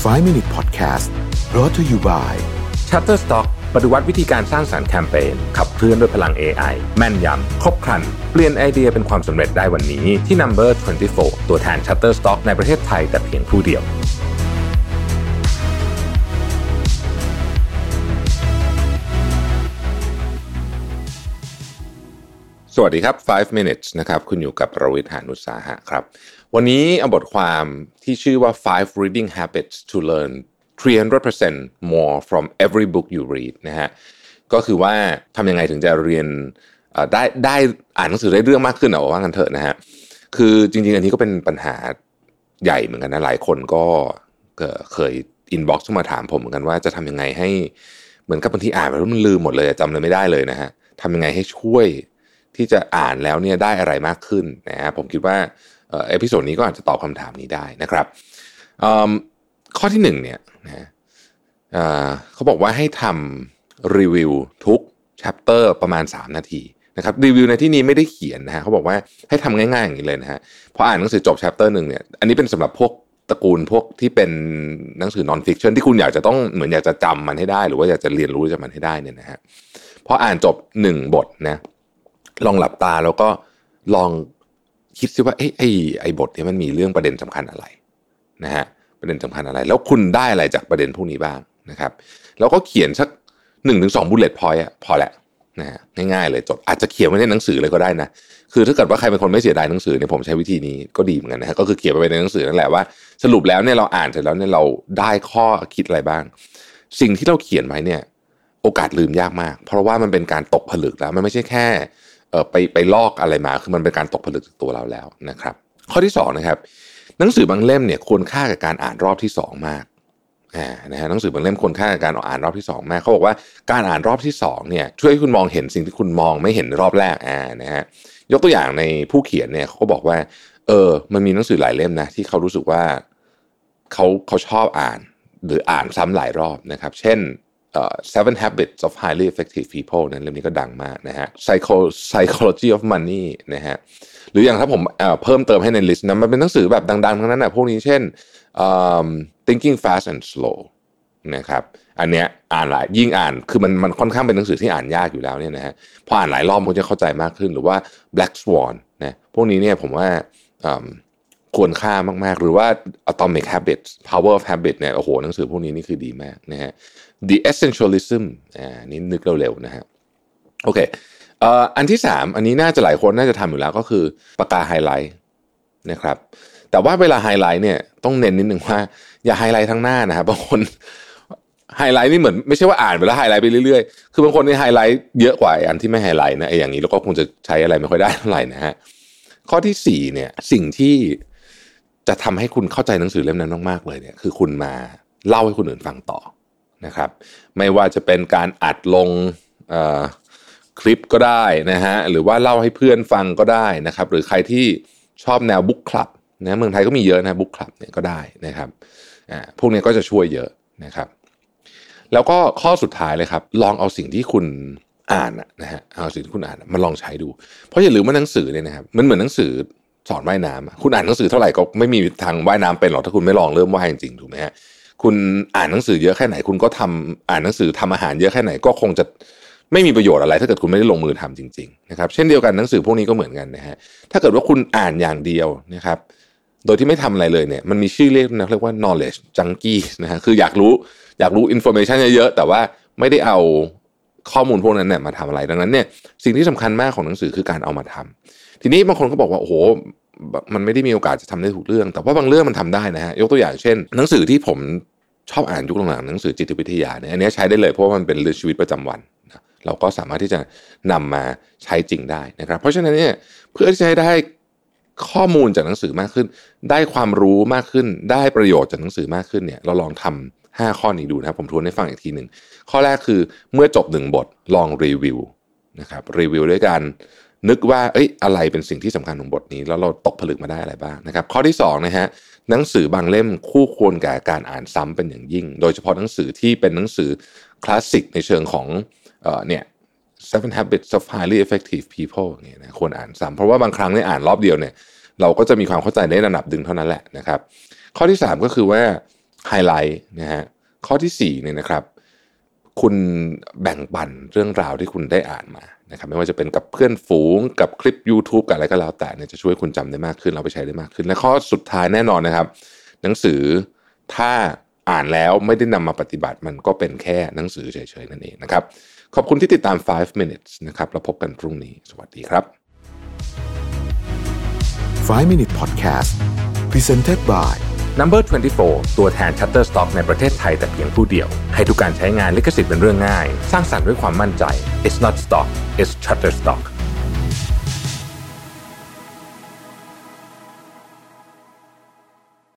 5 Minute Podcast brought to you by Shutterstock ปฏิวัติวิธีการสร้างสรรค์แคมเปญขับเคลื่อนด้วยพลัง AI แม่นยำครบครันเปลี่ยนไอเดียเป็นความสำเร็จได้วันนี้ที่ Number 24 ตัวแทน Shutterstock ในประเทศไทยแต่เพียงผู้เดียวสวัสดีครับ5 minutes นะครับคุณอยู่กับประวิทย์ หาญอุตสาหะครับวันนี้เอาบทความที่ชื่อว่า 5 reading habits to learn 300% more from every book you read นะฮะก็คือว่าทำยังไงถึงจะเรียนได้อ่านหนังสือได้เรื่องมากขึ้นว่างั้นเถอะนะฮะคือจริงๆอันนี้ก็เป็นปัญหาใหญ่เหมือนกันนะหลายคนก็เคย inbox มาถามผมเหมือนกันว่าจะทำยังไงให้เหมือนกับบางทีอ่านไปแล้วมันลืมหมดเลยจำเลยไม่ได้เลยนะฮะทำยังไงให้ช่วยที่จะอ่านแล้วเนี่ยได้อะไรมากขึ้นนะฮะผมคิดว่าเอพิโซดนี้ก็อาจจะตอบคำถามนี้ได้นะครับข้อที่1เนี่ยนะเขาบอกว่าให้ทำรีวิวทุก chapter ประมาณ3นาทีนะครับรีวิวในที่นี้ไม่ได้เขียนนะฮะเขาบอกว่าให้ทำง่ายๆอย่างนี้เลยนะฮะพออ่านหนังสือจบ chapter 1เนี่ยอันนี้เป็นสำหรับพวกตระกูลพวกที่เป็นหนังสือ non fiction ที่คุณอยากจะต้องเหมือนอยากจะจำมันให้ได้หรือว่าอยากจะเรียนรู้จากมันให้ได้เนี่ยนะฮะพออ่านจบ1บทนะลองหลับตาแล้วก็ลองคิดซิว่าไอ้บทนี้มันมีเรื่องประเด็นสำคัญอะไรนะฮะประเด็นสำคัญอะไรแล้วคุณได้อะไรจากประเด็นพวกนี้บ้างนะครับแล้วก็เขียนสัก 1-2 bullet point พอแหละนะฮะง่ายๆเลยจบอาจจะเขียนไว้ในหนังสือเลยก็ได้นะคือถ้าเกิดว่าใครเป็นคนไม่เสียดายหนังสือเนี่ยผมใช้วิธีนี้ก็ดีเหมือนกันนะฮะก็คือเขียนไปในหนังสือนั่นแหละว่าสรุปแล้วเนี่ยเราอ่านเสร็จแล้วเนี่ยเราได้ข้อคิดอะไรบ้างสิ่งที่เราเขียนไว้เนี่ยโอกาสลืมยากมากเพราะว่ามันเป็นการตกผลึกแล้วมันไม่ใช่แค่ไปลอกอะไรมาคือมันเป็นการตกผลึกจากตัวเราแล้วนะครับข้อที่2นะครับหนังสือบางเล่มเนี่ยควรค่ากับการอ่านรอบที่2มากนะฮะหนังสือบางเล่มควรค่ากับการอ่านรอบที่2มากเขาบอกว่าการอ่านรอบที่2เนี่ยช่วยให้คุณมองเห็นสิ่งที่คุณมองไม่เห็นรอบแรกนะฮะยกตัวอย่างในผู้เขียนเนี่ยเขาก็บอกว่ามันมีหนังสือหลายเล่มนะที่เขารู้สึกว่าเขาชอบอ่านหรืออ่านซ้ำหลายรอบนะครับเช่นSeven Habits of Highly Effective People นั้นเล่มนี้ก็ดังมากนะฮะ Psychology of Money นะฮะหรืออย่างถ้าผมเพิ่มเติมให้ในลิสต์นะมันเป็นหนังสือแบบดังๆทั้งนั้นนะพวกนี้เช่นThinking Fast and Slow นะครับอันเนี้ยอ่านหลายยิ่งอ่านคือมันค่อนข้างเป็นหนังสือที่อ่านยากอยู่แล้วเนี่ยนะฮะพออ่านหลายรอบมันจะเข้าใจมากขึ้นหรือว่า Black Swan นะพวกนี้เนี่ยผมว่าควรค่ามากๆหรือว่า Atomic Habits Power of Habit เนี่ยโอ้โหหนังสือพวกนี้นี่คือดีมากนะฮะ The Essentialism นี่นึกเร็วๆนะฮะโอเคอันที่3อันนี้น่าจะหลายคนน่าจะทำอยู่แล้วก็คือปากกาไฮไลท์นะครับแต่ว่าเวลาไฮไลท์เนี่ยต้องเน้นนิดนึงว่าอย่าไฮไลท์ทั้งหน้านะครับบางคนไฮไลท์นี่เหมือนไม่ใช่ว่าอ่านไปแล้วไฮไลท์ไปเรื่อยๆคือบางคนนี่ไฮไลท์เยอะกว่าอันที่ไม่ไฮไลท์นะอย่างนี้แล้วก็คงจะใช้อะไรไม่ค่อยได้เท่าไหร่นะฮะข้อที่4เนี่ยสิ่งที่จะทำให้คุณเข้าใจหนังสือเล่มนั้นมากๆเลยเนี่ยคือคุณมาเล่าให้คนอื่นฟังต่อนะครับไม่ว่าจะเป็นการอัดลงคลิปก็ได้นะฮะหรือว่าเล่าให้เพื่อนฟังก็ได้นะครับหรือใครที่ชอบแนวบุ๊กคลับนะเมืองไทยก็มีเยอะนะบุ๊กคลับเนี่ยก็ได้นะครับพวกนี้ก็จะช่วยเยอะนะครับแล้วก็ข้อสุดท้ายเลยครับลองเอาสิ่งที่คุณอ่านนะฮะเอาสิ่งที่คุณอ่านมาลองใช้ดูเพราะอย่าลืมว่าหนังสือเนี่ยนะครับมันเหมือนหนังสือสอนว่ายน้ำคุณอ่านหนังสือเท่าไหร่ก็ไม่มีทางว่ายน้ำเป็นหรอกถ้าคุณไม่ลองเริ่มว่ายจริงๆถูกไหมฮะคุณอ่านหนังสือเยอะแค่ไหนคุณก็อ่านหนังสือทำอาหารเยอะแค่ไหนก็คงจะไม่มีประโยชน์อะไรถ้าเกิดคุณไม่ได้ลงมือทำจริงๆนะครับเช่นเดียวกันหนังสือพวกนี้ก็เหมือนกันนะฮะถ้าเกิดว่าคุณอ่านอย่างเดียวนะครับโดยที่ไม่ทำอะไรเลยเนี่ยมันมีชื่อเรียกว่า knowledge junkie นะฮะคืออยากรู้ information เยอะๆแต่ว่าไม่ได้เอาข้อมูลพวกนั้นเนี่ยมาทำอะไรดังนั้นเนี่ยสิ่งที่สำคัญมากของหนังสือคือการเอามาทำทีนี้บางคนก็บอกว่าโอ้โหมันไม่ได้มีโอกาสจะทำได้ทุกเรื่องแต่ว่าบางเรื่องมันทำได้นะฮะยกตัวอย่างเช่นหนังสือที่ผมชอบอ่านยุคหลังๆหนังสือจิตวิทยาเนี่ยอันนี้ใช้ได้เลยเพราะว่ามันเป็นเรื่องชีวิตประจำวันนะเราก็สามารถที่จะนำมาใช้จริงได้นะครับเพราะฉะนั้นเนี่ยเพื่อที่จะได้ข้อมูลจากหนังสือมากขึ้นได้ความรู้มากขึ้นได้ประโยชน์จากหนังสือมากขึ้นเนี่ยเราลองทำ5ข้อนี้ดูนะครับผมทวนให้ฟังอีกทีนึงข้อแรกคือเมื่อจบ1บทลองรีวิวนะครับรีวิวด้วยกันนึกว่าอะไรเป็นสิ่งที่สำคัญของบทนี้แล้วเราตกผลึกมาได้อะไรบ้างนะครับข้อที่2นะฮะหนังสือบางเล่มคู่ควรแก่การอ่านซ้ำเป็นอย่างยิ่งโดยเฉพาะหนังสือที่เป็นหนังสือคลาสสิกในเชิงของเนี่ย Seven Habits of Highly Effective People เนี่ยนะควรอ่านซ้ำเพราะว่าบางครั้งเนี่ยอ่านรอบเดียวเนี่ยเราก็จะมีความเข้าใจในระดับดึงเท่านั้นแหละนะครับข้อที่3ก็คือว่าไฮไลท์นะฮะข้อที่4เนี่ยนะครับคุณแบ่งปันเรื่องราวที่คุณได้อ่านมานะครับไม่ว่าจะเป็นกับเพื่อนฝูงกับคลิป YouTube กับอะไรก็แล้วแต่เนี่ยจะช่วยคุณจำได้มากขึ้นเอาไปใช้ได้มากขึ้นและข้อสุดท้ายแน่นอนนะครับหนังสือถ้าอ่านแล้วไม่ได้นำมาปฏิบัติมันก็เป็นแค่หนังสือเฉยๆนั่นเองนะครับขอบคุณที่ติดตาม5 minutes นะครับแล้วพบกันพรุ่งนี้สวัสดีครับ 5 Minute Podcast Presented by Number 24 ตัวแทน Shutterstock ในประเทศไทยแต่เพียงผู้เดียวให้ทุกการใช้งานลิขสิทธิ์เป็นเรื่องง่ายสร้างสรรค์ด้วยความมั่นใจ It's not stock, it's Shutterstock